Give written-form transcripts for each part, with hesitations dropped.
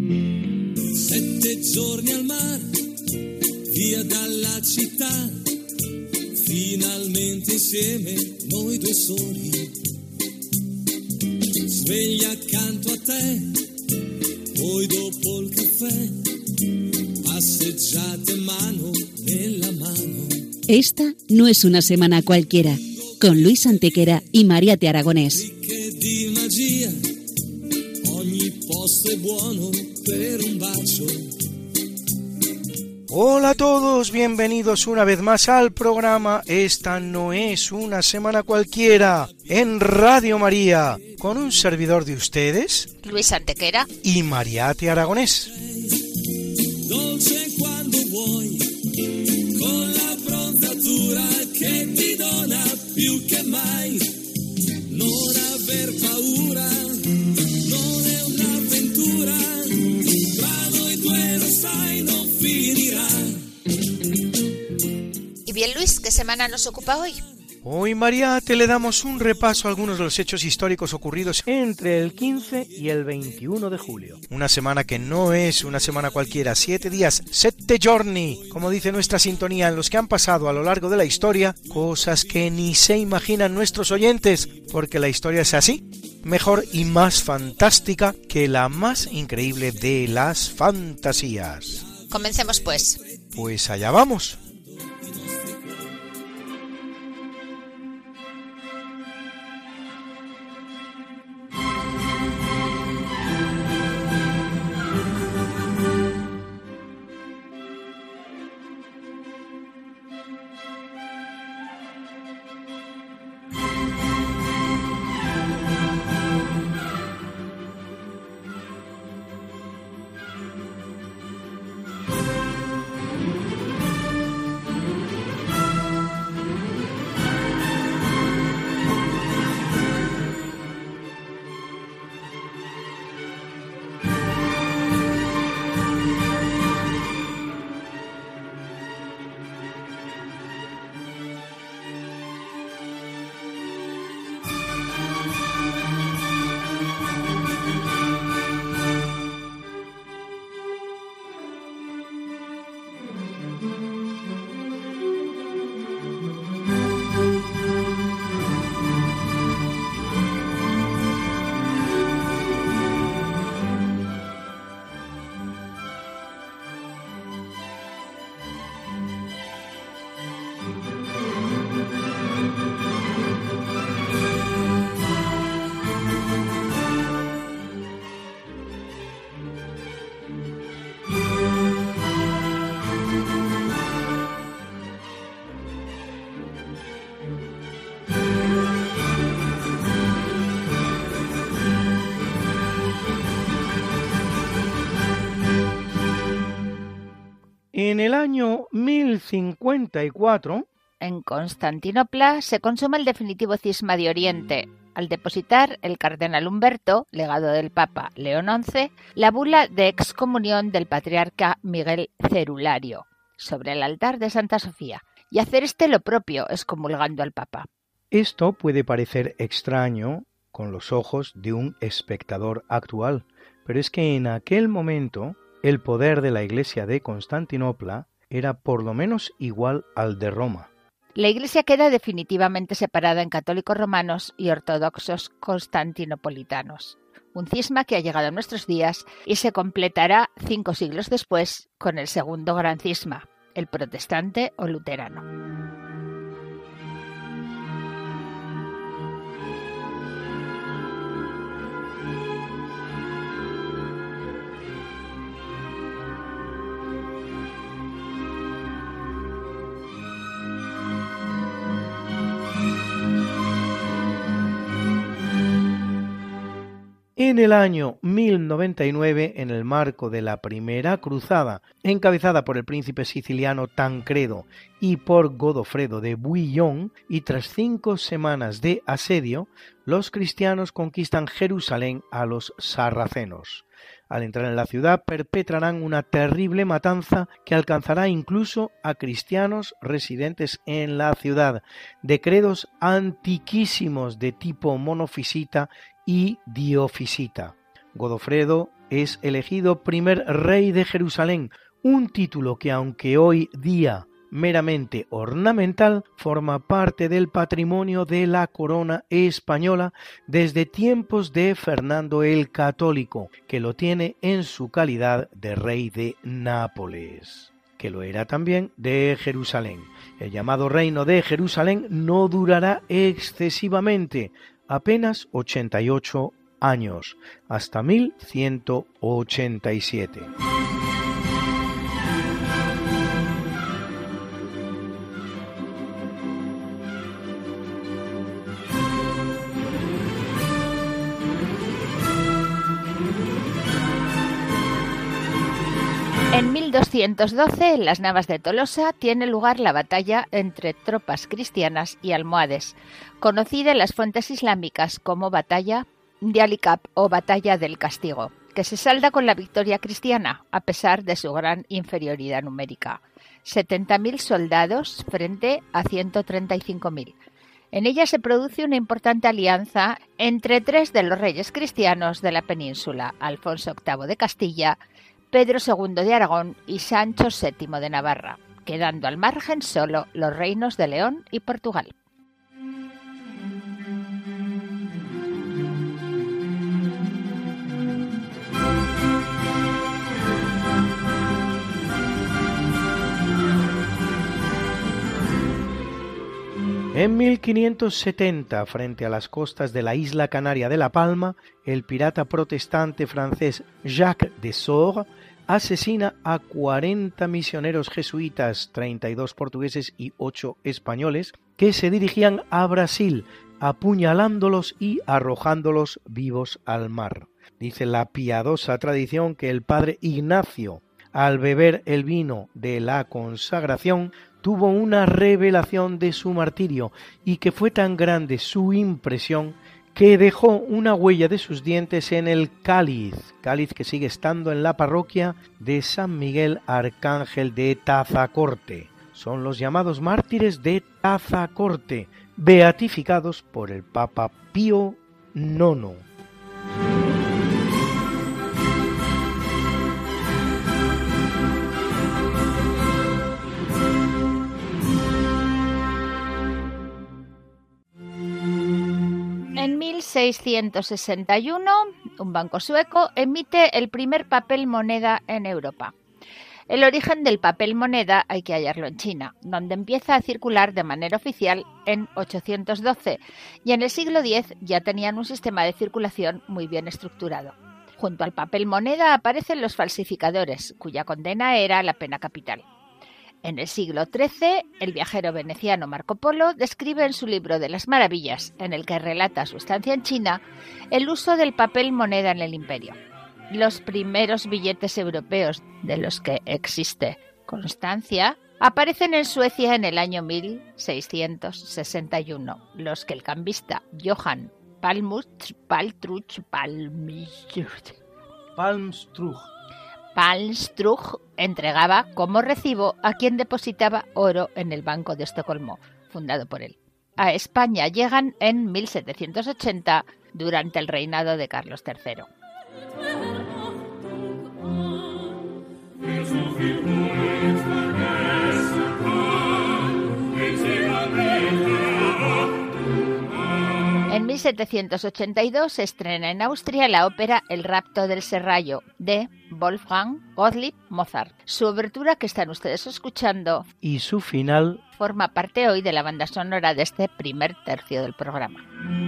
7 giorni al mare, via dalla città, finalmente insieme noi due soli. Sveglia accanto a te, poi dopo il caffè, passeggiate mano nella mano. Esta no es una semana cualquiera, con Luis Antequera y Mariate Aragonés. Ricche di magia, ogni posto è buono per un bacio. Hola a todos, bienvenidos una vez más al programa Esta no es una semana cualquiera, en Radio María, con un servidor de ustedes, Luis Antequera y Mariate Aragonés. Dolce quando vuoi, con la prontatura che ti dona più che mai. Non aver paura, non è un'avventura, tra noi due lo sai non finirà. Y bien, Luis, ¿qué semana nos ocupa hoy? Hoy, Mariate, le damos un repaso a algunos de los hechos históricos ocurridos entre el 15 y el 21 de julio. Una semana que no es una semana cualquiera, 7 días, 7 giorni, como dice nuestra sintonía, en los que han pasado a lo largo de la historia cosas que ni se imaginan nuestros oyentes, porque la historia es así, mejor y más fantástica que la más increíble de las fantasías. Comencemos pues. Pues allá vamos. En el año 1054, en Constantinopla se consuma el definitivo cisma de Oriente, al depositar el cardenal Humberto, legado del Papa León XI, la bula de excomunión del patriarca Miguel Cerulario sobre el altar de Santa Sofía, y hacer lo propio, excomulgando al Papa. Esto puede parecer extraño con los ojos de un espectador actual, pero es que en aquel momento el poder de la Iglesia de Constantinopla era por lo menos igual al de Roma. La Iglesia queda definitivamente separada en católicos romanos y ortodoxos constantinopolitanos. Un cisma que ha llegado a nuestros días y se completará 5 siglos después con el segundo gran cisma, el protestante o luterano. En el año 1099, en el marco de la Primera Cruzada, encabezada por el príncipe siciliano Tancredo y por Godofredo de Bouillon, y tras 5 semanas de asedio, los cristianos conquistan Jerusalén a los sarracenos. Al entrar en la ciudad perpetrarán una terrible matanza que alcanzará incluso a cristianos residentes en la ciudad, de credos antiquísimos de tipo monofisita y diofisita. Godofredo es elegido primer rey de Jerusalén, un título que, aunque hoy día meramente ornamental, forma parte del patrimonio de la corona española desde tiempos de Fernando el Católico, que lo tiene en su calidad de rey de Nápoles, que lo era también de Jerusalén. El llamado Reino de Jerusalén no durará excesivamente, apenas 88 años, hasta 1187. En 1212, en las Navas de Tolosa, tiene lugar la batalla entre tropas cristianas y almohades, conocida en las fuentes islámicas como Batalla de Alicap o Batalla del Castigo, que se salda con la victoria cristiana, a pesar de su gran inferioridad numérica. 70.000 soldados frente a 135.000. En ella se produce una importante alianza entre tres de los reyes cristianos de la península, Alfonso VIII de Castilla, Pedro II de Aragón y Sancho VII de Navarra, quedando al margen solo los reinos de León y Portugal. En 1570, frente a las costas de la isla canaria de La Palma, el pirata protestante francés Jacques de Sores asesina a 40 misioneros jesuitas, 32 portugueses y 8 españoles, que se dirigían a Brasil, apuñalándolos y arrojándolos vivos al mar. Dice la piadosa tradición que el padre Ignacio, al beber el vino de la consagración, tuvo una revelación de su martirio y que fue tan grande su impresión que dejó una huella de sus dientes en el cáliz que sigue estando en la parroquia de San Miguel Arcángel de Tazacorte. Son los llamados mártires de Tazacorte, beatificados por el Papa Pío IX. En 1661, un banco sueco emite el primer papel moneda en Europa. El origen del papel moneda hay que hallarlo en China, donde empieza a circular de manera oficial en 812, y en el siglo X ya tenían un sistema de circulación muy bien estructurado. Junto al papel moneda aparecen los falsificadores, cuya condena era la pena capital. En el siglo XIII, el viajero veneciano Marco Polo describe en su libro de las maravillas, en el que relata su estancia en China, el uso del papel moneda en el imperio. Los primeros billetes europeos de los que existe constancia aparecen en Suecia en el año 1661, los que el cambista Johann Palmstruch entregaba como recibo a quien depositaba oro en el Banco de Estocolmo, fundado por él. A España llegan en 1780 durante el reinado de Carlos III. En 1782 se estrena en Austria la ópera El rapto del serrallo de Wolfgang Gottlieb Mozart. Su obertura, que están ustedes escuchando, y su final forma parte hoy de la banda sonora de este primer tercio del programa.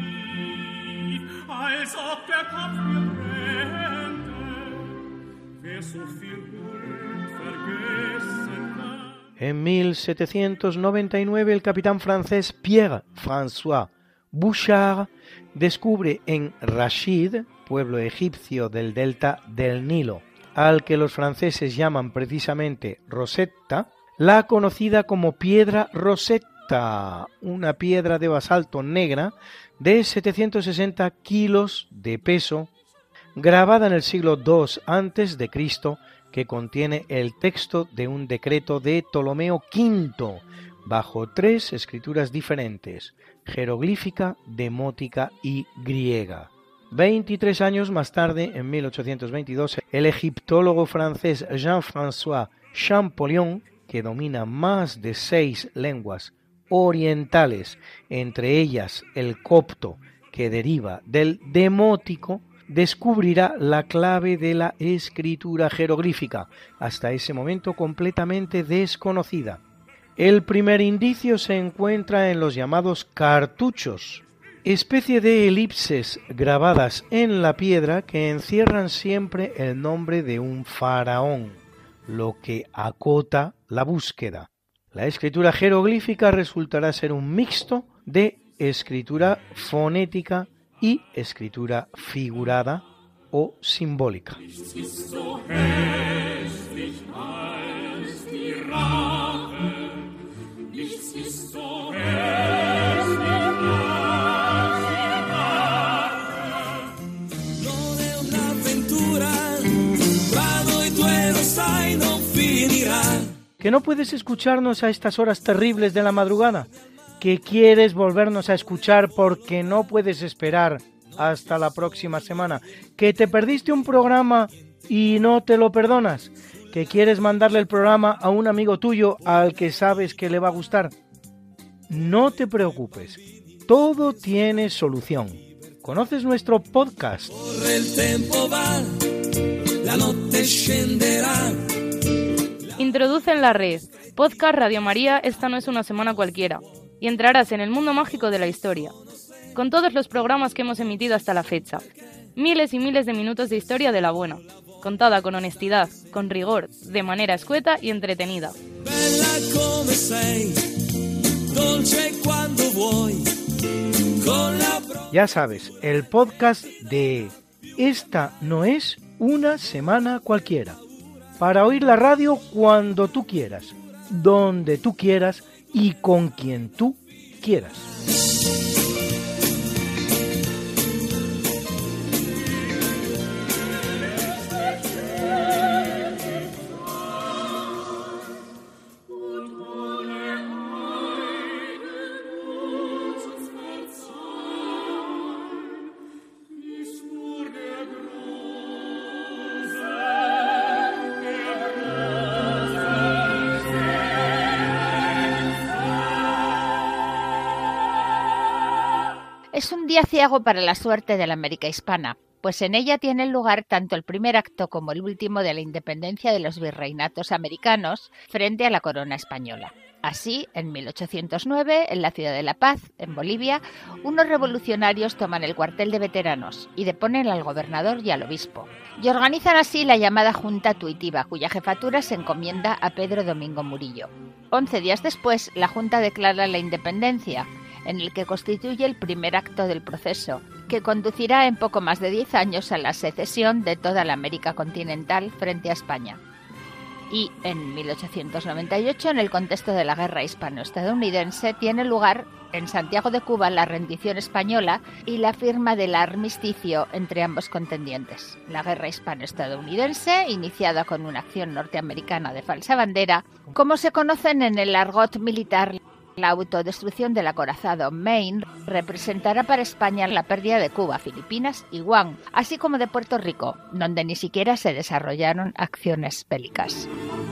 En 1799 el capitán francés Pierre-François Bouchard descubre en Rashid, pueblo egipcio del delta del Nilo, al que los franceses llaman precisamente Rosetta, la conocida como piedra Rosetta, una piedra de basalto negra de 760 kilos de peso, grabada en el siglo II a.C., que contiene el texto de un decreto de Ptolomeo V, bajo 3 escrituras diferentes: jeroglífica, demótica y griega. 23 años más tarde, en 1822, el egiptólogo francés Jean-François Champollion, que domina más de 6 lenguas orientales, entre ellas el copto, que deriva del demótico, descubrirá la clave de la escritura jeroglífica, hasta ese momento completamente desconocida. El primer indicio se encuentra en los llamados cartuchos, especie de elipses grabadas en la piedra que encierran siempre el nombre de un faraón, lo que acota la búsqueda. La escritura jeroglífica resultará ser un mixto de escritura fonética y escritura figurada o simbólica. ¿Que no puedes escucharnos a estas horas terribles de la madrugada? ¿Que quieres volvernos a escuchar porque no puedes esperar hasta la próxima semana? ¿Que te perdiste un programa y no te lo perdonas? ¿Que quieres mandarle el programa a un amigo tuyo al que sabes que le va a gustar? No te preocupes, todo tiene solución. ¿Conoces nuestro podcast? Introduce en la red Podcast Radio María, esta no es una semana cualquiera, y entrarás en el mundo mágico de la historia, con todos los programas que hemos emitido hasta la fecha. Miles y miles de minutos de historia de la buena, contada con honestidad, con rigor, de manera escueta y entretenida. Ya sabes, el podcast de Esta no es una semana cualquiera. Para oír la radio cuando tú quieras, donde tú quieras y con quien tú quieras. Es un día ciego para la suerte de la América hispana, pues en ella tienen lugar tanto el primer acto como el último de la independencia de los virreinatos americanos frente a la corona española. Así, en 1809, en la ciudad de La Paz, en Bolivia, unos revolucionarios toman el cuartel de veteranos y deponen al gobernador y al obispo. Y organizan así la llamada Junta Tuitiva, cuya jefatura se encomienda a Pedro Domingo Murillo. 11 días después, la Junta declara la independencia, en el que constituye el primer acto del proceso, que conducirá en poco más de 10 años a la secesión de toda la América continental frente a España. Y en 1898, en el contexto de la guerra hispano-estadounidense, tiene lugar en Santiago de Cuba la rendición española y la firma del armisticio entre ambos contendientes. La guerra hispano-estadounidense, iniciada con una acción norteamericana de falsa bandera, como se conocen en el argot militar. La autodestrucción del acorazado Maine representará para España la pérdida de Cuba, Filipinas y Guam, así como de Puerto Rico, donde ni siquiera se desarrollaron acciones bélicas.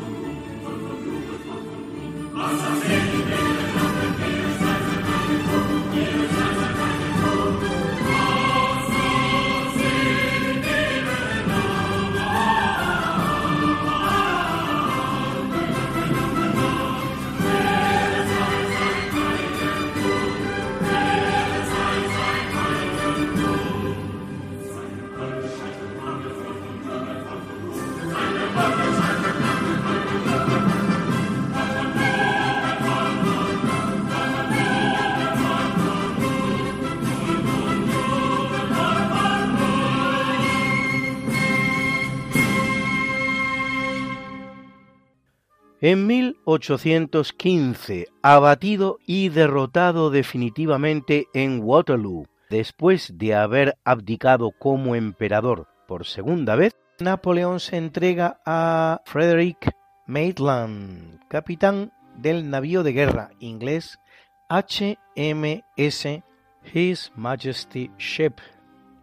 En 1815, abatido y derrotado definitivamente en Waterloo, después de haber abdicado como emperador por segunda vez, Napoleón se entrega a Frederick Maitland, capitán del navío de guerra inglés HMS His Majesty's Ship,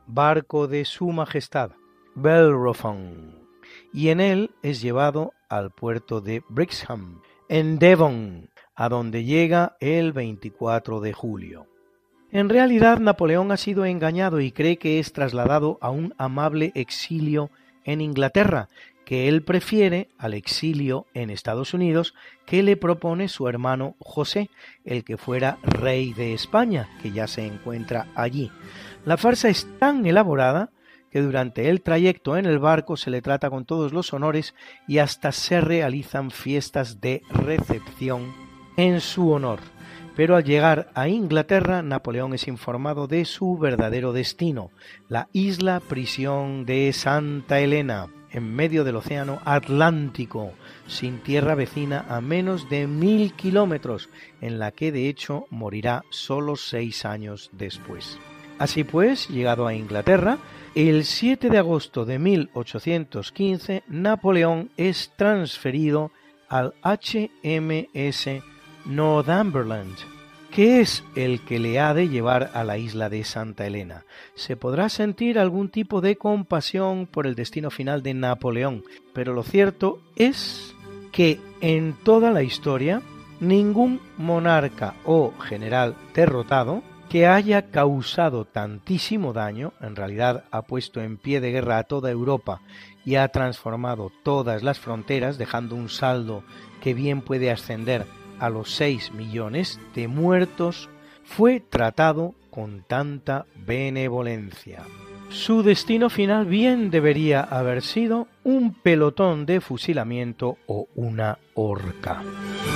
barco de su majestad, Bellerophon, y en él es llevado al puerto de Brixham, en Devon, a donde llega el 24 de julio. En realidad, Napoleón ha sido engañado y cree que es trasladado a un amable exilio en Inglaterra, que él prefiere al exilio en Estados Unidos que le propone su hermano José, el que fuera rey de España, que ya se encuentra allí. La farsa es tan elaborada que durante el trayecto en el barco se le trata con todos los honores y hasta se realizan fiestas de recepción en su honor. Pero al llegar a Inglaterra, Napoleón es informado de su verdadero destino, la isla prisión de Santa Elena, en medio del océano Atlántico, sin tierra vecina a menos de 1000 kilómetros, en la que de hecho morirá solo 6 años después. Así pues, llegado a Inglaterra, el 7 de agosto de 1815, Napoleón es transferido al HMS Northumberland, que es el que le ha de llevar a la isla de Santa Elena. Se podrá sentir algún tipo de compasión por el destino final de Napoleón, pero lo cierto es que en toda la historia ningún monarca o general derrotado que haya causado tantísimo daño, en realidad ha puesto en pie de guerra a toda Europa y ha transformado todas las fronteras, dejando un saldo que bien puede ascender a los 6 millones de muertos, fue tratado con tanta benevolencia. Su destino final bien debería haber sido un pelotón de fusilamiento o una horca.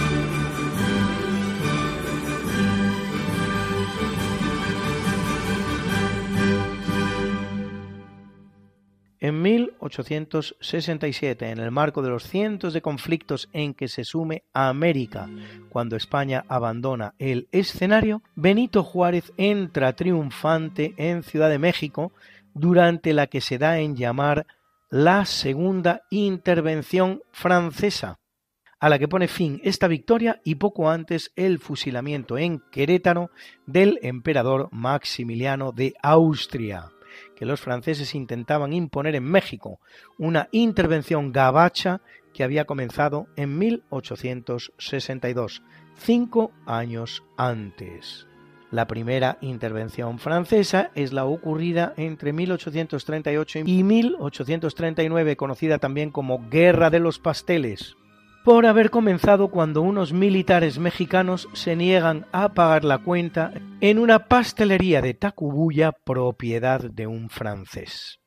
En 1867, en el marco de los cientos de conflictos en que se sume a América cuando España abandona el escenario, Benito Juárez entra triunfante en Ciudad de México durante la que se da en llamar la Segunda Intervención Francesa, a la que pone fin esta victoria y poco antes el fusilamiento en Querétaro del emperador Maximiliano de Austria, que los franceses intentaban imponer en México, una intervención gabacha que había comenzado en 1862, 5 años antes. La primera intervención francesa es la ocurrida entre 1838 y 1839, conocida también como Guerra de los Pasteles, por haber comenzado cuando unos militares mexicanos se niegan a pagar la cuenta en una pastelería de Tacubaya, propiedad de un francés.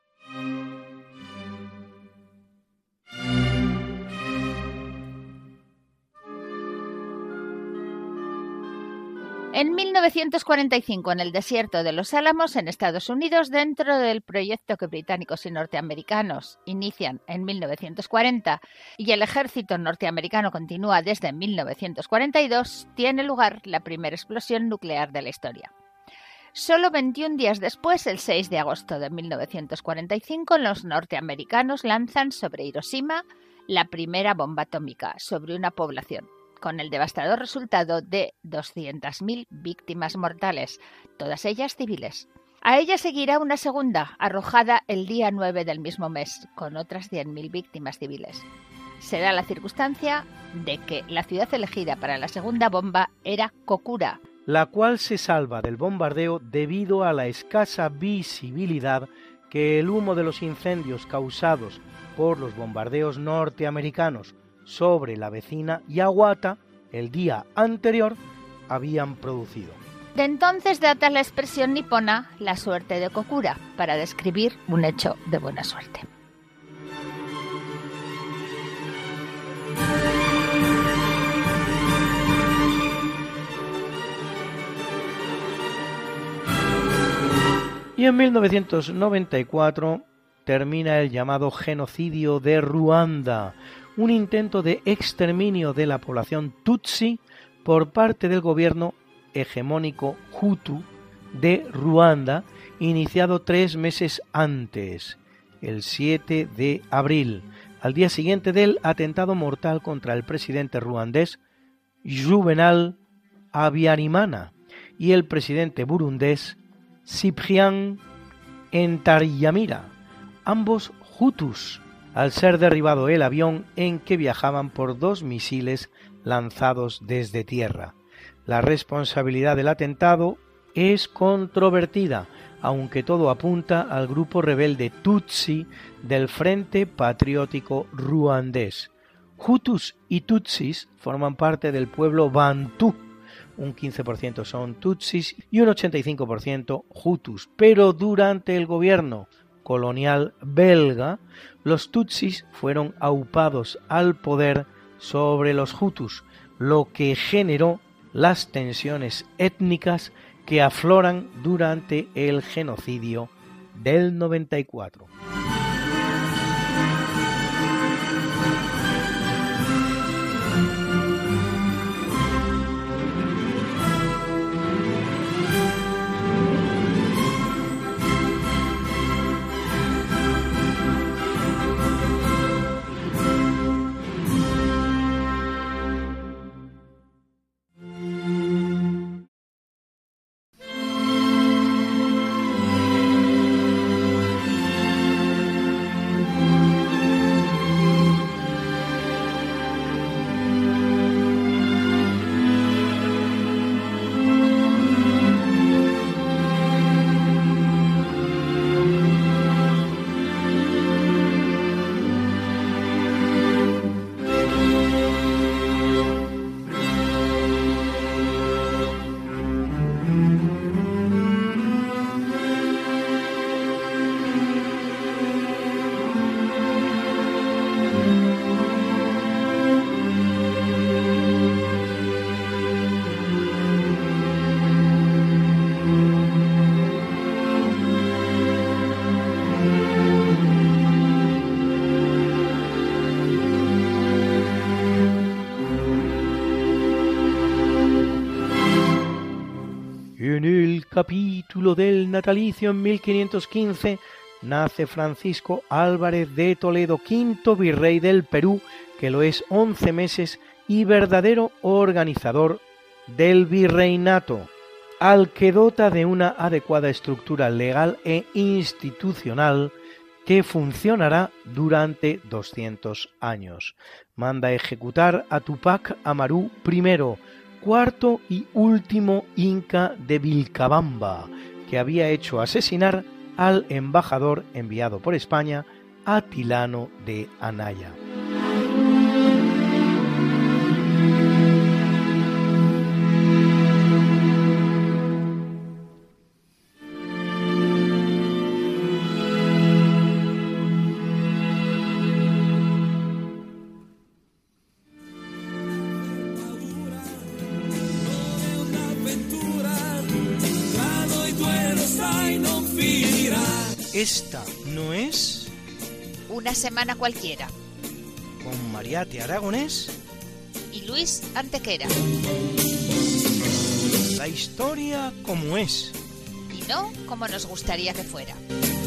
En 1945, en el desierto de los Álamos, en Estados Unidos, dentro del proyecto que británicos y norteamericanos inician en 1940 y el ejército norteamericano continúa desde 1942, tiene lugar la primera explosión nuclear de la historia. Solo 21 días después, el 6 de agosto de 1945, los norteamericanos lanzan sobre Hiroshima la primera bomba atómica sobre una población, con el devastador resultado de 200.000 víctimas mortales, todas ellas civiles. A ella seguirá una segunda, arrojada el día 9 del mismo mes, con otras 100.000 víctimas civiles. Se da la circunstancia de que la ciudad elegida para la segunda bomba era Kokura, la cual se salva del bombardeo debido a la escasa visibilidad que el humo de los incendios causados por los bombardeos norteamericanos sobre la vecina Hiawatha el día anterior habían producido. De entonces data la expresión nipona la suerte de Kokura para describir un hecho de buena suerte. Y en 1994 termina el llamado genocidio de Ruanda, un intento de exterminio de la población Tutsi por parte del gobierno hegemónico Hutu de Ruanda, iniciado 3 meses antes, el 7 de abril, al día siguiente del atentado mortal contra el presidente ruandés Juvenal Habyarimana y el presidente burundés Cyprien en Taryamira, ambos hutus, al ser derribado el avión en que viajaban por 2 misiles lanzados desde tierra. La responsabilidad del atentado es controvertida, aunque todo apunta al grupo rebelde Tutsi del Frente Patriótico Ruandés. Hutus y Tutsis forman parte del pueblo Bantú. Un 15% son Tutsis y un 85% Hutus, pero durante el gobierno colonial belga, los Tutsis fueron aupados al poder sobre los Hutus, lo que generó las tensiones étnicas que afloran durante el genocidio del 94. Capítulo del natalicio en 1515 nace Francisco Álvarez de Toledo, quinto virrey del Perú, que lo es 11 meses y verdadero organizador del virreinato, al que dota de una adecuada estructura legal e institucional que funcionará durante 200 años. Manda ejecutar a Tupac Amaru I, cuarto y último inca de Vilcabamba, que había hecho asesinar al embajador enviado por España, Atilano de Anaya. Esta no es Una semana cualquiera, con Mariate Aragonés y Luis Antequera. La historia como es Y no como nos gustaría que fuera.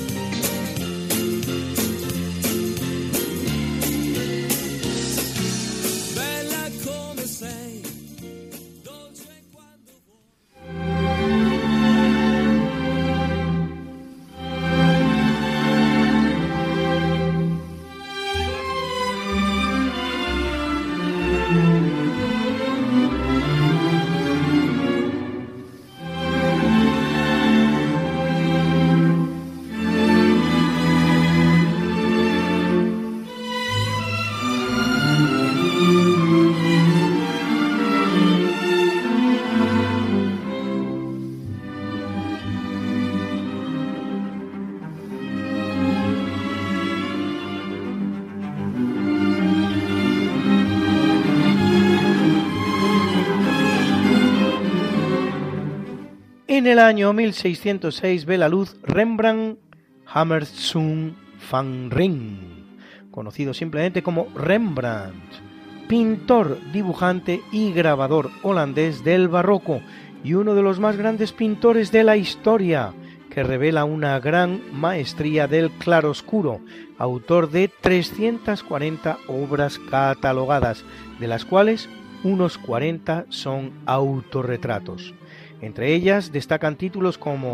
En el año 1606 ve la luz Rembrandt Hammerzoon van Rijn, conocido simplemente como Rembrandt, pintor, dibujante y grabador holandés del barroco y uno de los más grandes pintores de la historia, que revela una gran maestría del claroscuro, autor de 340 obras catalogadas, de las cuales unos 40 son autorretratos. Entre ellas destacan títulos como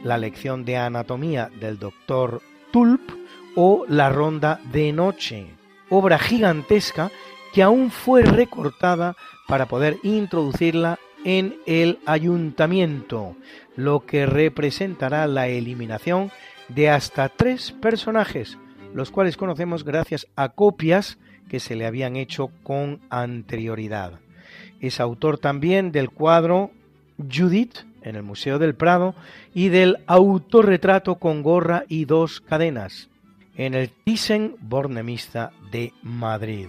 La lección de anatomía del Dr. Tulp o La ronda de noche, obra gigantesca que aún fue recortada para poder introducirla en el ayuntamiento, lo que representará la eliminación de hasta 3 personajes, los cuales conocemos gracias a copias que se le habían hecho con anterioridad. Es autor también del cuadro Judith en el Museo del Prado y del autorretrato con gorra y 2 cadenas en el Thyssen-Bornemisza de Madrid.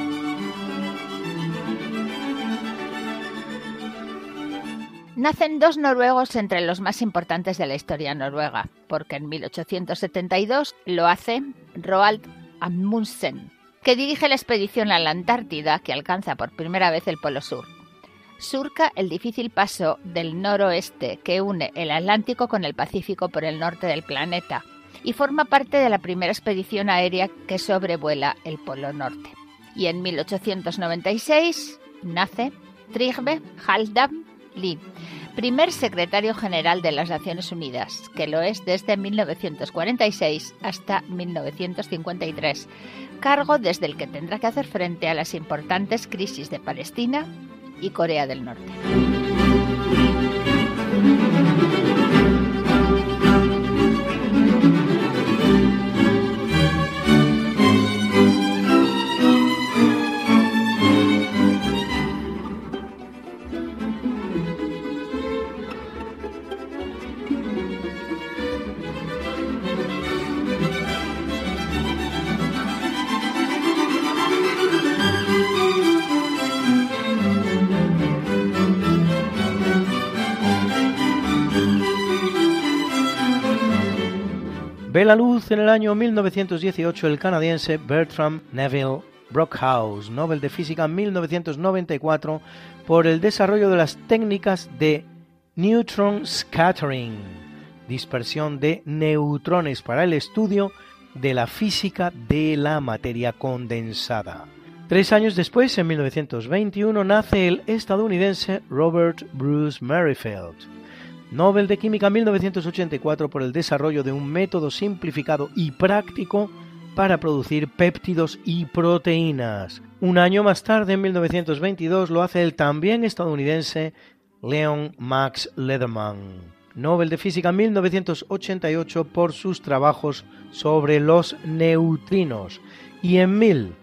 Nacen 2 noruegos entre los más importantes de la historia noruega, porque en 1872 lo hace Roald Amundsen, que dirige la expedición a la Antártida que alcanza por primera vez el Polo Sur. Surca el difícil paso del noroeste que une el Atlántico con el Pacífico por el norte del planeta y forma parte de la primera expedición aérea que sobrevuela el Polo Norte. Y en 1896 nace Trygve Haldam Lie, primer secretario general de las Naciones Unidas, que lo es desde 1946 hasta 1953, cargo desde el que tendrá que hacer frente a las importantes crisis de Palestina y Corea del Norte. Ve la luz en el año 1918 el canadiense Bertram Neville Brockhouse, Nobel de Física en 1994 por el desarrollo de las técnicas de neutron scattering, dispersión de neutrones para el estudio de la física de la materia condensada. 3 años después, en 1921, nace el estadounidense Robert Bruce Merrifield, Nobel de Química en 1984 por el desarrollo de un método simplificado y práctico para producir péptidos y proteínas. Un año más tarde, en 1922, lo hace el también estadounidense Leon Max Lederman, Nobel de Física en 1988 por sus trabajos sobre los neutrinos. Y en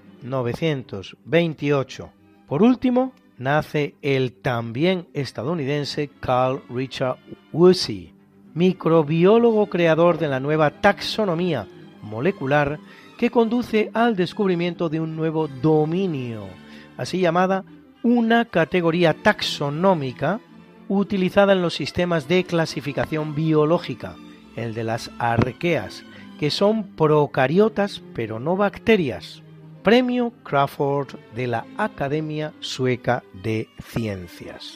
1928, por último, nace el también estadounidense Carl Richard Woese, microbiólogo creador de la nueva taxonomía molecular que conduce al descubrimiento de un nuevo dominio, así llamada una categoría taxonómica utilizada en los sistemas de clasificación biológica, el de las arqueas, que son procariotas pero no bacterias. Premio Crawford de la Academia Sueca de Ciencias.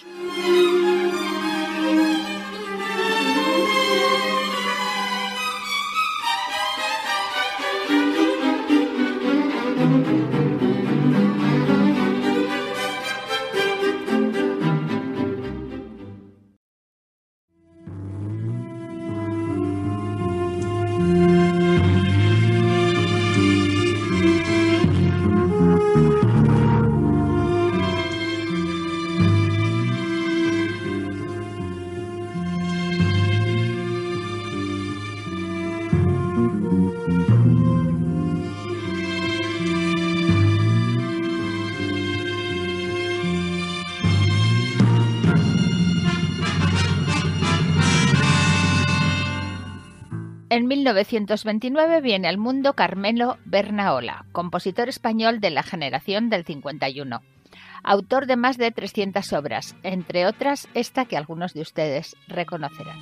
En 1929 viene al mundo Carmelo Bernaola, compositor español de la generación del 51, autor de más de 300 obras, entre otras esta que algunos de ustedes reconocerán.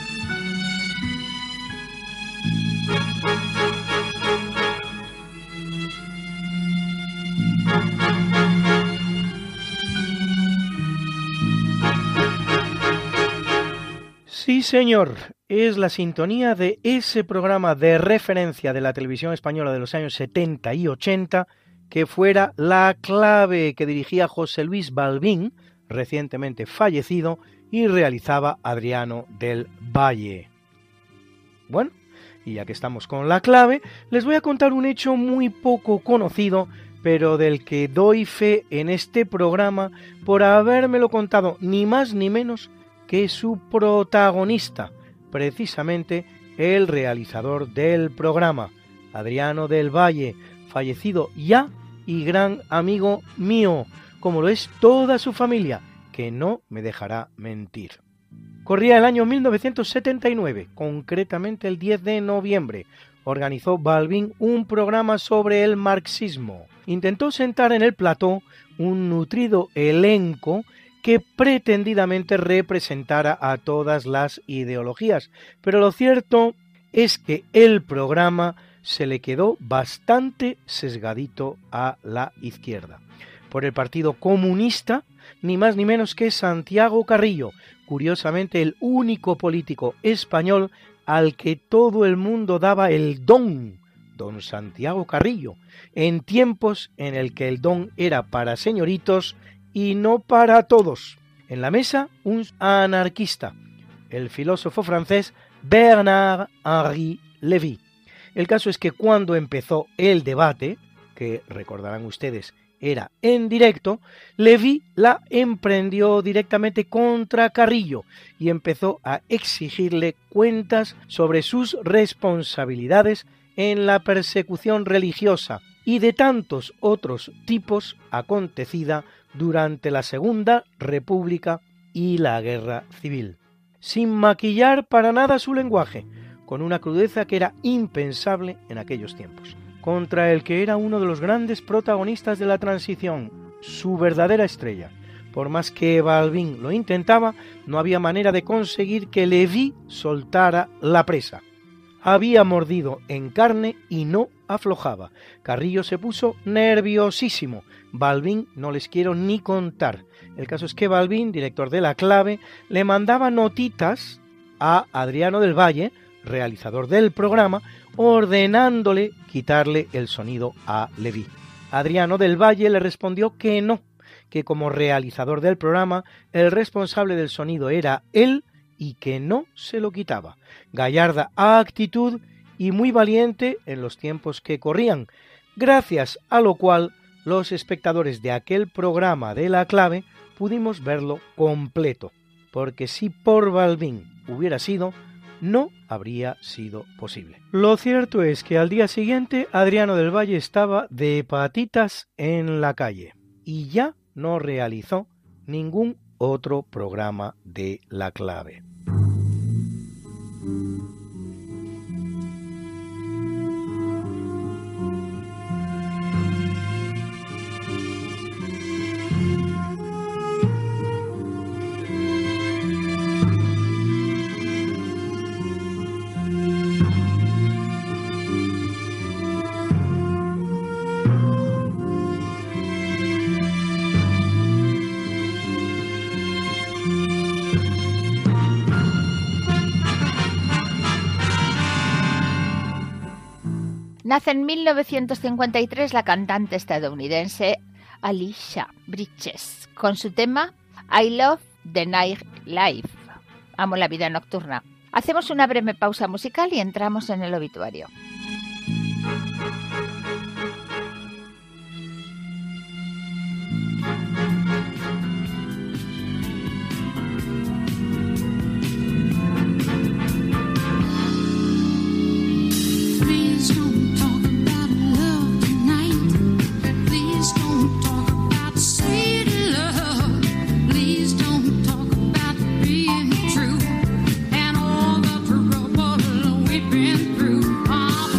Sí, señor, es la sintonía de ese programa de referencia de la televisión española de los años 70 y 80 que fuera La Clave, que dirigía José Luis Balbín, recientemente fallecido, y realizaba Adriano del Valle. Bueno, y ya que estamos con la clave, les voy a contar un hecho muy poco conocido, pero del que doy fe en este programa por habérmelo contado ni más ni menos que su protagonista, precisamente el realizador del programa, Adriano del Valle, fallecido ya y gran amigo mío, como lo es toda su familia, que no me dejará mentir. Corría el año 1979, concretamente el 10 de noviembre. Organizó Balbín un programa sobre el marxismo. Intentó sentar en el plató un nutrido elenco que pretendidamente representara a todas las ideologías, pero lo cierto es que el programa se le quedó bastante sesgadito a la izquierda. Por el Partido Comunista, ni más ni menos que Santiago Carrillo, curiosamente el único político español al que todo el mundo daba el don Santiago Carrillo, en tiempos en el que el don era para señoritos y no para todos. En la mesa, un anarquista, el filósofo francés Bernard-Henri Lévy. El caso es que cuando empezó el debate, que recordarán ustedes era en directo, Lévy la emprendió directamente contra Carrillo y empezó a exigirle cuentas sobre sus responsabilidades en la persecución religiosa y de tantos otros tipos acontecida durante la Segunda República y la Guerra Civil, sin maquillar para nada su lenguaje, con una crudeza que era impensable en aquellos tiempos, contra el que era uno de los grandes protagonistas de la transición, su verdadera estrella. Por más que Balbín lo intentaba, no había manera de conseguir que Lévy soltara la presa. Había mordido en carne y no aflojaba. Carrillo se puso nerviosísimo. Balbín no les quiero ni contar. El caso es que Balbín, director de La Clave, le mandaba notitas a Adriano del Valle, realizador del programa, ordenándole quitarle el sonido a Lévy. Adriano del Valle le respondió que no, que como realizador del programa el responsable del sonido era él y que no se lo quitaba. Gallarda actitud y muy valiente en los tiempos que corrían, gracias a lo cual los espectadores de aquel programa de La Clave pudimos verlo completo, porque si por Balbín hubiera sido, no habría sido posible. Lo cierto es que al día siguiente Adriano del Valle estaba de patitas en la calle y ya no realizó ningún otro programa de La Clave. Nace en 1953 la cantante estadounidense Alicia Bridges con su tema I Love the Night Life. Amo la vida nocturna. Hacemos una breve pausa musical y entramos en el obituario. Been through.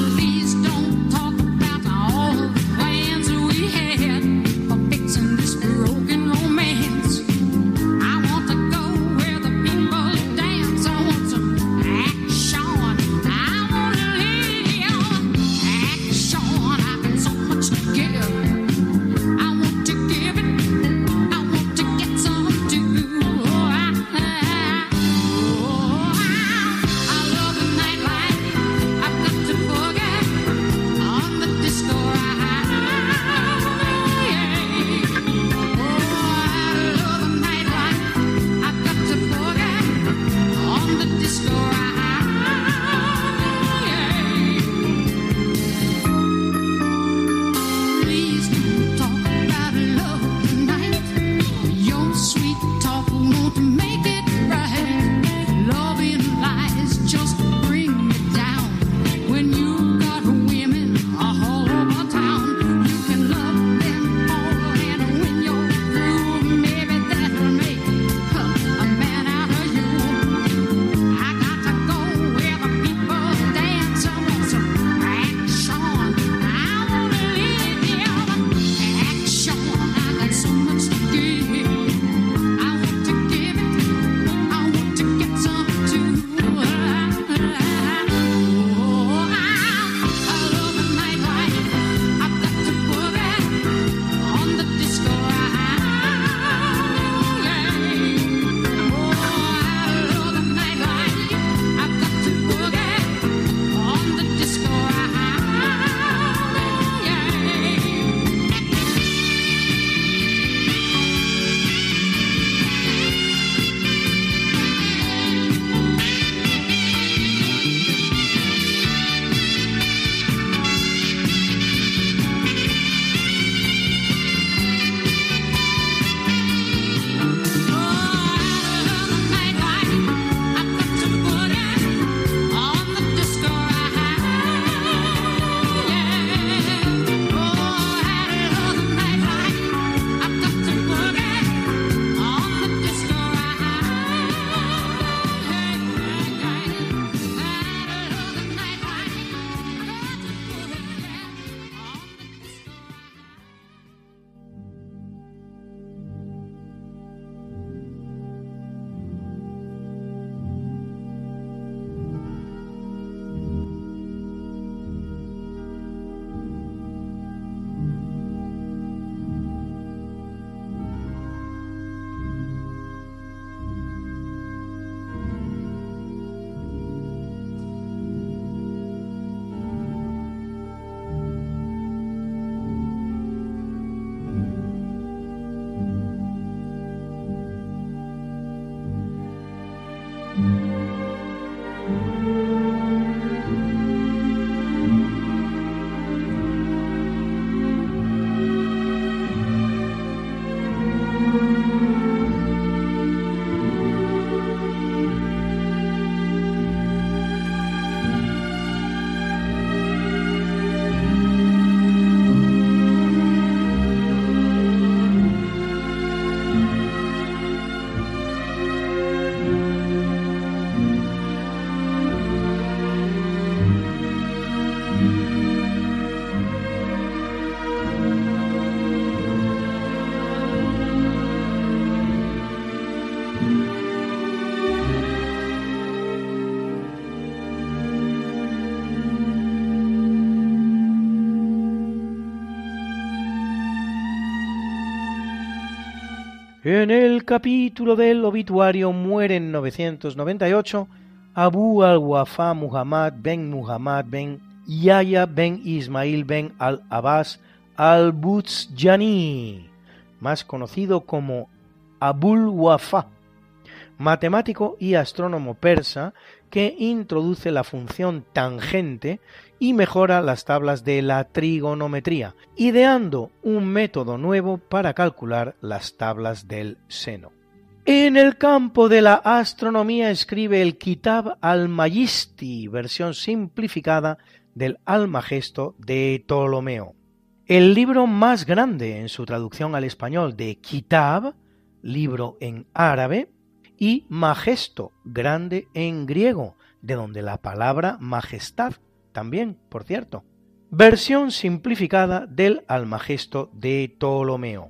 En el capítulo del obituario muere en 998 Abu al-Wafa Muhammad ben Yahya ben Ismail ben al-Abbas al-Buzjani, más conocido como Abul Wafa, matemático y astrónomo persa que introduce la función tangente y mejora las tablas de la trigonometría, ideando un método nuevo para calcular las tablas del seno. En el campo de la astronomía escribe el Kitab al-Majisti, versión simplificada del Almagesto de Ptolomeo. El libro más grande en su traducción al español de Kitab, libro en árabe, y Magesto, grande en griego, de donde la palabra majestad también, por cierto. Versión simplificada del Almagesto de Ptolomeo.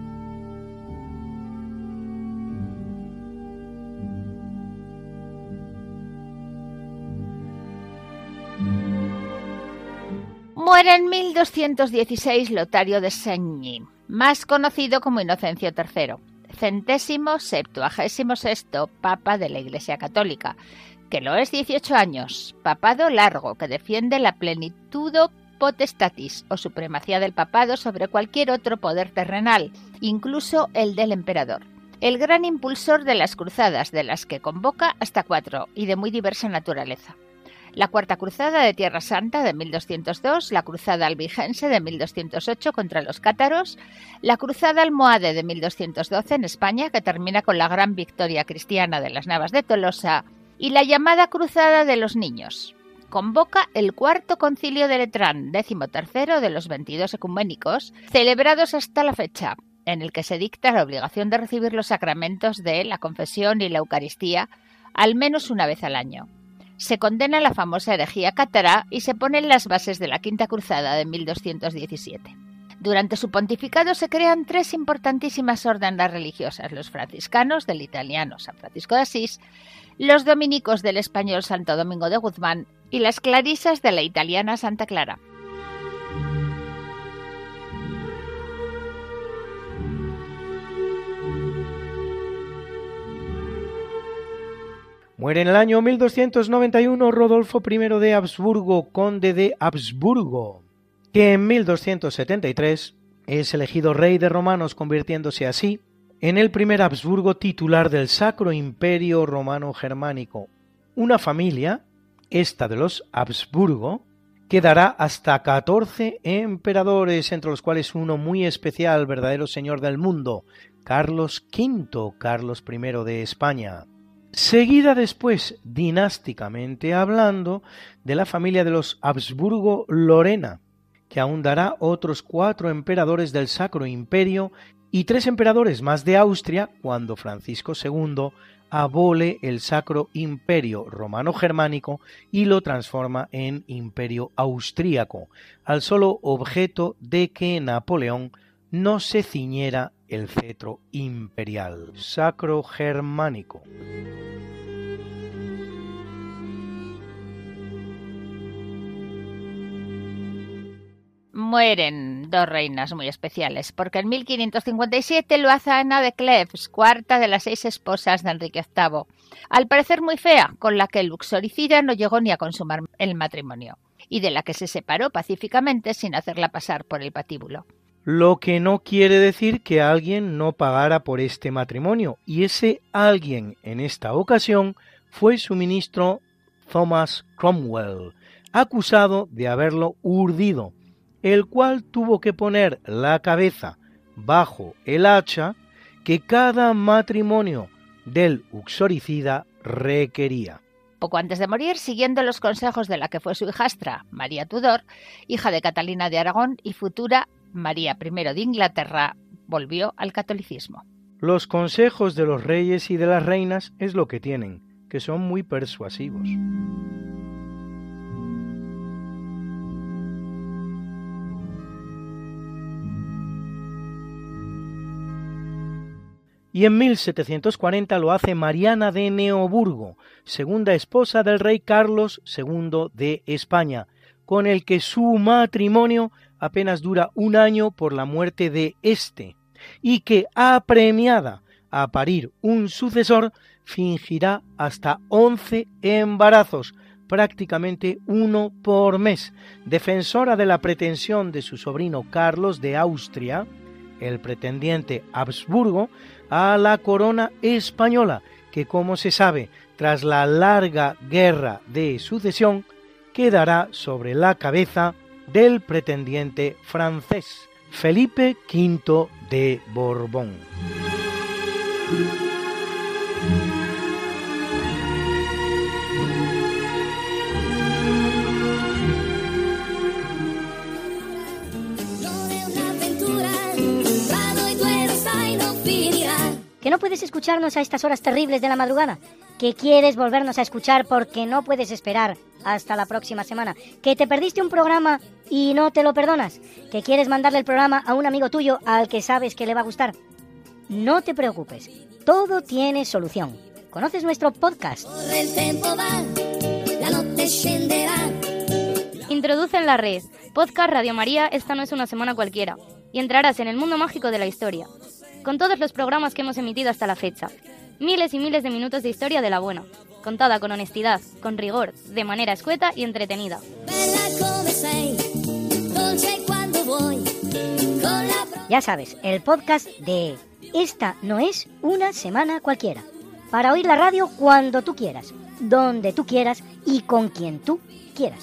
Muere en 1216 Lotario de Segni, más conocido como Inocencio III, 176º Papa de la Iglesia Católica, que lo es 18 años, papado largo que defiende la plenitudo potestatis o supremacía del papado sobre cualquier otro poder terrenal, incluso el del emperador. El gran impulsor de las cruzadas, de las que convoca hasta 4 y de muy diversa naturaleza. La Cuarta Cruzada de Tierra Santa de 1202, la Cruzada albigense de 1208 contra los cátaros, la Cruzada almohade de 1212 en España, que termina con la gran victoria cristiana de las Navas de Tolosa, y la llamada Cruzada de los Niños. Convoca el Cuarto Concilio de Letrán, 13º de los 22 ecuménicos, celebrados hasta la fecha, en el que se dicta la obligación de recibir los sacramentos de la confesión y la Eucaristía al menos una vez al año. Se condena la famosa herejía cátara y se ponen las bases de la Quinta Cruzada de 1217. Durante su pontificado se crean 3 importantísimas órdenes religiosas: los franciscanos del italiano San Francisco de Asís, los dominicos del español Santo Domingo de Guzmán y las clarisas de la italiana Santa Clara. Muere en el año 1291 Rodolfo I de Habsburgo, conde de Habsburgo, que en 1273 es elegido rey de romanos, convirtiéndose así en el primer Habsburgo titular del Sacro Imperio Romano Germánico, una familia, esta de los Habsburgo, que dará hasta 14 emperadores, entre los cuales uno muy especial, verdadero señor del mundo, Carlos V, Carlos I de España. Seguida después, dinásticamente hablando, de la familia de los Habsburgo-Lorena, que aún dará otros 4 emperadores del Sacro Imperio y 3 emperadores más de Austria cuando Francisco II abole el Sacro Imperio Romano-Germánico y lo transforma en Imperio Austríaco, al solo objeto de que Napoleón no se ciñera el cetro imperial. Sacro Germánico. Mueren 2 reinas muy especiales, porque en 1557 lo hace Ana de Cleves, cuarta de las 6 esposas de Enrique VIII, al parecer muy fea, con la que el uxoricida no llegó ni a consumar el matrimonio, y de la que se separó pacíficamente sin hacerla pasar por el patíbulo. Lo que no quiere decir que alguien no pagara por este matrimonio, y ese alguien en esta ocasión fue su ministro Thomas Cromwell, acusado de haberlo urdido, el cual tuvo que poner la cabeza bajo el hacha que cada matrimonio del uxoricida requería. Poco antes de morir, siguiendo los consejos de la que fue su hijastra, María Tudor, hija de Catalina de Aragón y futura María I de Inglaterra, volvió al catolicismo. Los consejos de los reyes y de las reinas es lo que tienen, que son muy persuasivos. Y en 1740 lo hace Mariana de Neoburgo, segunda esposa del rey Carlos II de España, con el que su matrimonio apenas dura un año por la muerte de este, y que, apremiada a parir un sucesor, fingirá hasta 11 embarazos, prácticamente uno por mes. Defensora de la pretensión de su sobrino Carlos de Austria, el pretendiente Habsburgo, a la corona española, que, como se sabe, tras la larga guerra de sucesión, quedará sobre la cabeza del pretendiente francés, Felipe V de Borbón. ¿Que no puedes escucharnos a estas horas terribles de la madrugada? ¿Que quieres volvernos a escuchar porque no puedes esperar hasta la próxima semana? ¿Que te perdiste un programa y no te lo perdonas? ¿Que quieres mandarle el programa a un amigo tuyo al que sabes que le va a gustar? No te preocupes, todo tiene solución. ¿Conoces nuestro podcast? Introduce en la red Podcast Radio María, esta no es una semana cualquiera, y entrarás en el mundo mágico de la historia, con todos los programas que hemos emitido hasta la fecha. Miles y miles de minutos de historia de la buena, contada con honestidad, con rigor, de manera escueta y entretenida. Ya sabes, el podcast de Esta no es una semana cualquiera. Para oír la radio cuando tú quieras, donde tú quieras y con quien tú quieras.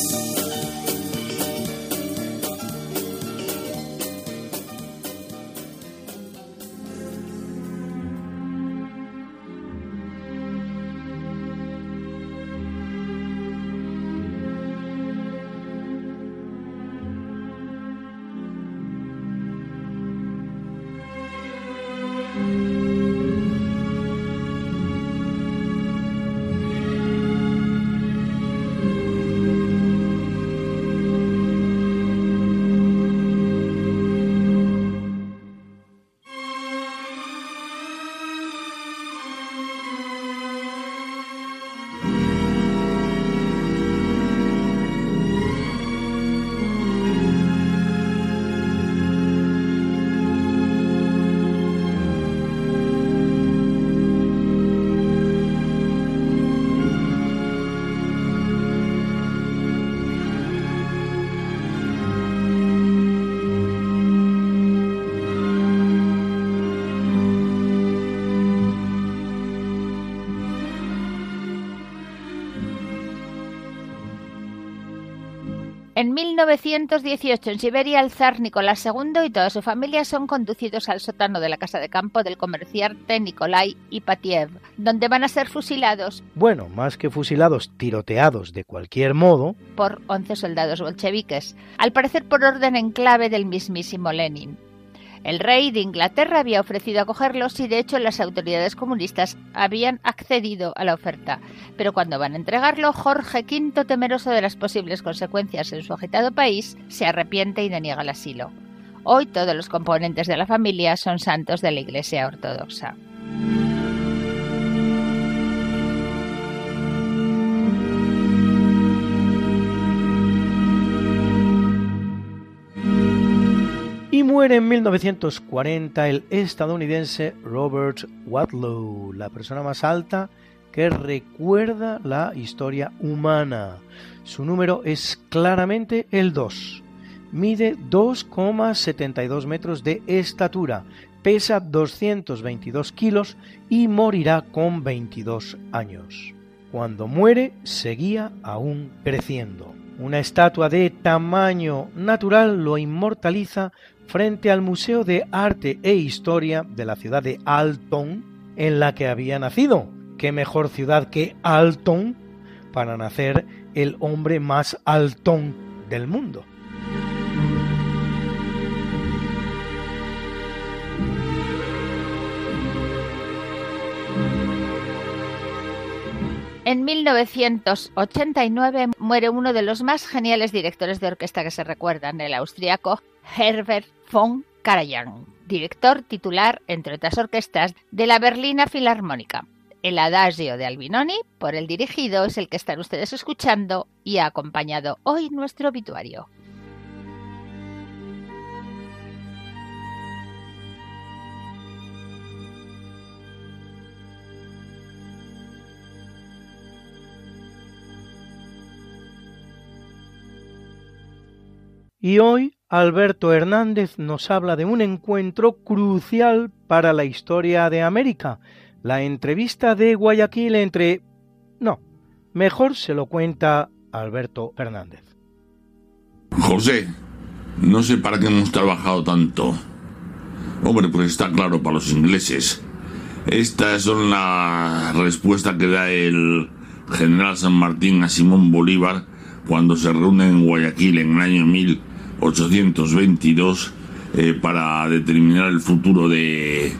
En 1918, en Siberia, el zar Nicolás II y toda su familia son conducidos al sótano de la casa de campo del comerciante Nikolai Ipatiev, donde van a ser fusilados. Bueno, más que fusilados, tiroteados de cualquier modo. Por 11 soldados bolcheviques, al parecer por orden en clave del mismísimo Lenin. El rey de Inglaterra había ofrecido acogerlos y de hecho las autoridades comunistas habían accedido a la oferta. Pero cuando van a entregarlo, Jorge V, temeroso de las posibles consecuencias en su agitado país, se arrepiente y deniega el asilo. Hoy todos los componentes de la familia son santos de la Iglesia Ortodoxa. Y muere en 1940 el estadounidense Robert Wadlow, la persona más alta que recuerda la historia humana. Su número es claramente el 2. Mide 2,72 metros de estatura, pesa 222 kilos y morirá con 22 años. Cuando muere, seguía aún creciendo. Una estatua de tamaño natural lo inmortaliza frente al Museo de Arte e Historia de la ciudad de Alton, en la que había nacido. ¿Qué mejor ciudad que Alton para nacer el hombre más altón del mundo? En 1989 muere uno de los más geniales directores de orquesta que se recuerdan, el austriaco Herbert von Karajan, director titular, entre otras orquestas, de la Berlina Filarmónica. El Adagio de Albinoni, por él dirigido, es el que están ustedes escuchando y ha acompañado hoy nuestro obituario. Y hoy Alberto Hernández nos habla de un encuentro crucial para la historia de América, la entrevista de Guayaquil entre... No, mejor se lo cuenta Alberto Hernández. José, no sé para qué hemos trabajado tanto. Hombre, pues está claro, para los ingleses. Estas son las respuestas que da el general San Martín a Simón Bolívar cuando se reúnen en Guayaquil en el año 1822 para determinar el futuro de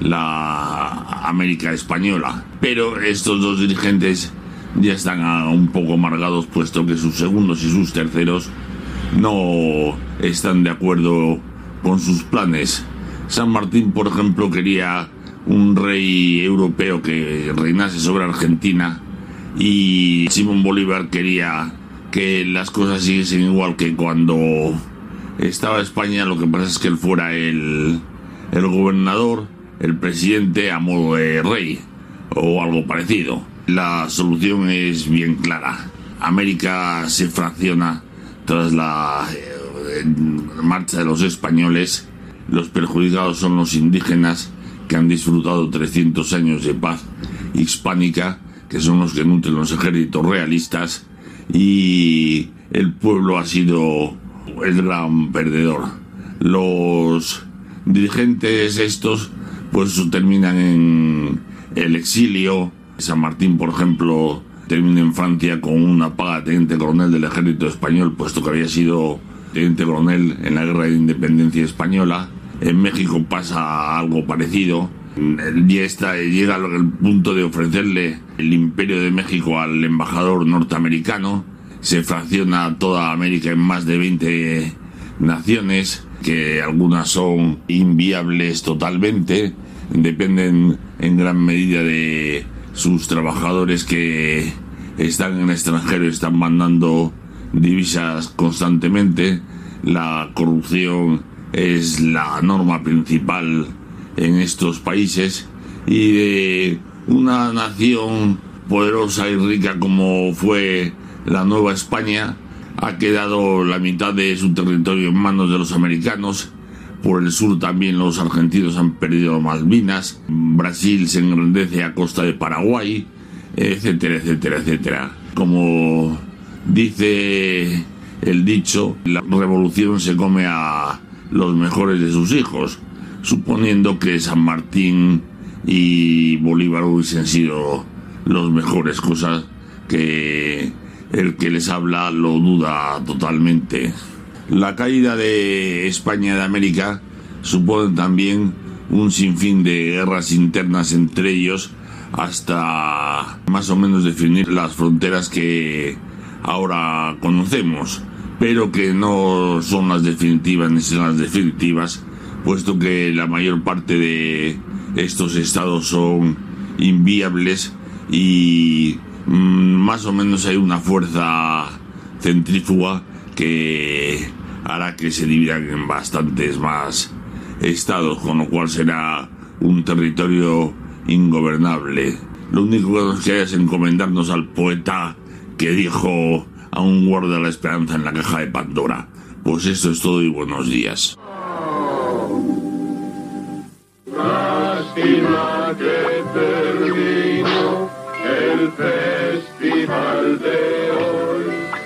la América española. Pero estos dos dirigentes ya están un poco amargados, puesto que sus segundos y sus terceros no están de acuerdo con sus planes. San Martín, por ejemplo, quería un rey europeo que reinase sobre Argentina, y Simón Bolívar quería que las cosas siguiesen igual que cuando estaba España. Lo que pasa es que él fuera el gobernador, el presidente, a modo de rey o algo parecido. La solución es bien clara. América se fracciona tras la marcha de los españoles. Los perjudicados son los indígenas, que han disfrutado 300 años de paz hispánica, que son los que nutren los ejércitos realistas, y el pueblo ha sido el gran perdedor. Los dirigentes estos pues terminan en el exilio. San Martín, por ejemplo, termina en Francia con una paga de teniente coronel del ejército español, puesto que había sido teniente coronel en la guerra de independencia española. En México pasa algo parecido. Llega al punto de ofrecerle el Imperio de México al embajador norteamericano. Se fracciona toda América en más de 20 naciones, que algunas son inviables totalmente, dependen en gran medida de sus trabajadores que están en el extranjero y están mandando divisas constantemente. La corrupción es la norma principal en estos países, y de una nación poderosa y rica como fue la Nueva España ha quedado la mitad de su territorio en manos de los americanos. Por el sur también los argentinos han perdido Malvinas. Brasil se engrandece a costa de Paraguay, etcétera, etcétera, etcétera. Como dice el dicho, la revolución se come a los mejores de sus hijos, suponiendo que San Martín y Bolívar hubiesen sido los mejores, cosas que el que les habla lo duda totalmente. La caída de España de América supone también un sinfín de guerras internas entre ellos, hasta más o menos definir las fronteras que ahora conocemos, pero que no son las definitivas ni son las definitivas, puesto que la mayor parte de estos estados son inviables y más o menos hay una fuerza centrífuga que hará que se dividan en bastantes más estados, con lo cual será un territorio ingobernable. Lo único que nos queda es encomendarnos al poeta que dijo: aún guarda la esperanza en la caja de Pandora. Pues esto es todo y buenos días. Lástima que terminó el festival de hoy.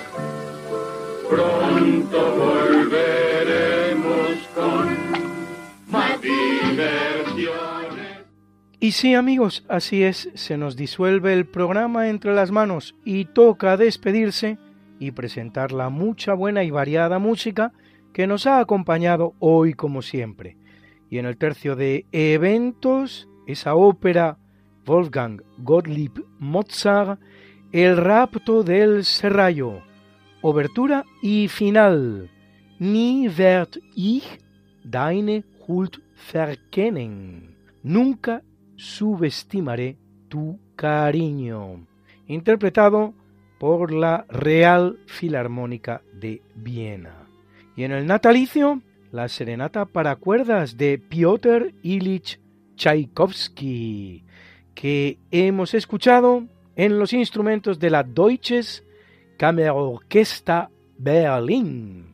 Pronto volveremos con más diversiones. Y sí, amigos, así es, se nos disuelve el programa entre las manos y toca despedirse y presentar la mucha buena y variada música que nos ha acompañado hoy como siempre. Y en el tercio de eventos, esa ópera Wolfgang Gottlieb Mozart, El rapto del Serrallo, obertura y final, Nie werd ich deine Huld verkennen, nunca subestimaré tu cariño, interpretado por la Real Filarmónica de Viena. Y en el natalicio, la serenata para cuerdas de Piotr Ilich Tchaikovsky, que hemos escuchado en los instrumentos de la Deutsches Kammerorchester Berlin,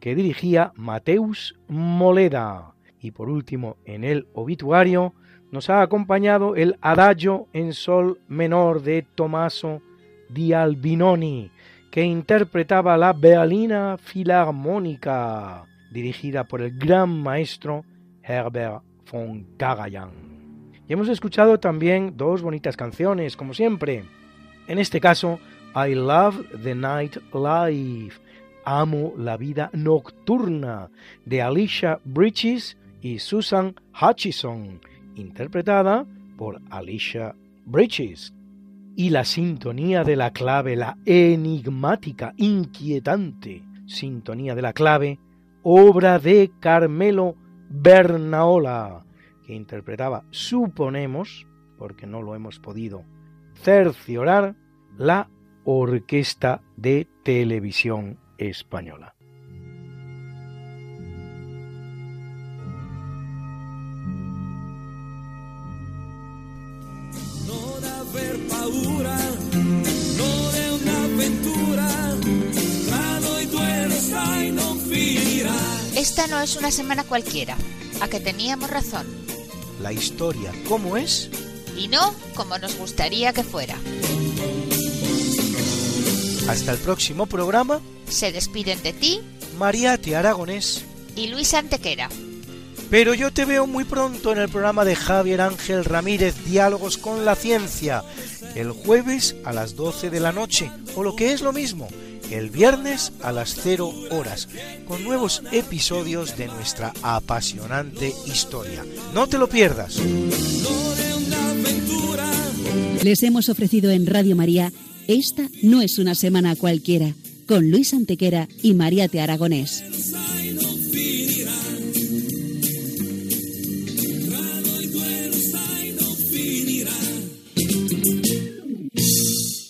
que dirigía Mateus Moleda. Y por último, en el obituario, nos ha acompañado el Adagio en sol menor de Tommaso di Albinoni, que interpretaba la Berlina Filarmónica, dirigida por el gran maestro Herbert von Karajan. Y hemos escuchado también dos bonitas canciones, como siempre. En este caso, I Love the Night Life, Amo la vida nocturna, de Alicia Bridges y Susan Hutchison, interpretada por Alicia Bridges. Y la sintonía de la clave, la enigmática, inquietante sintonía de la clave, obra de Carmelo Bernaola, que interpretaba, suponemos, porque no lo hemos podido cerciorar, la Orquesta de Televisión Española. Non aver paura, non è un'avventura, tra noi due lo sai non finirà. Esta no es una semana cualquiera, a que teníamos razón. La historia, ¿cómo es? Y no como nos gustaría que fuera. Hasta el próximo programa. Se despiden de ti, Mariate Aragonés y Luis Antequera. Pero yo te veo muy pronto en el programa de Javier Ángel Ramírez, Diálogos con la Ciencia, el jueves a las 12 de la noche, o lo que es lo mismo, el viernes a las 0 horas, con nuevos episodios de nuestra apasionante historia. No te lo pierdas. Les hemos ofrecido en Radio María Esta no es una semana cualquiera, con Luis Antequera y Mariate Aragonés.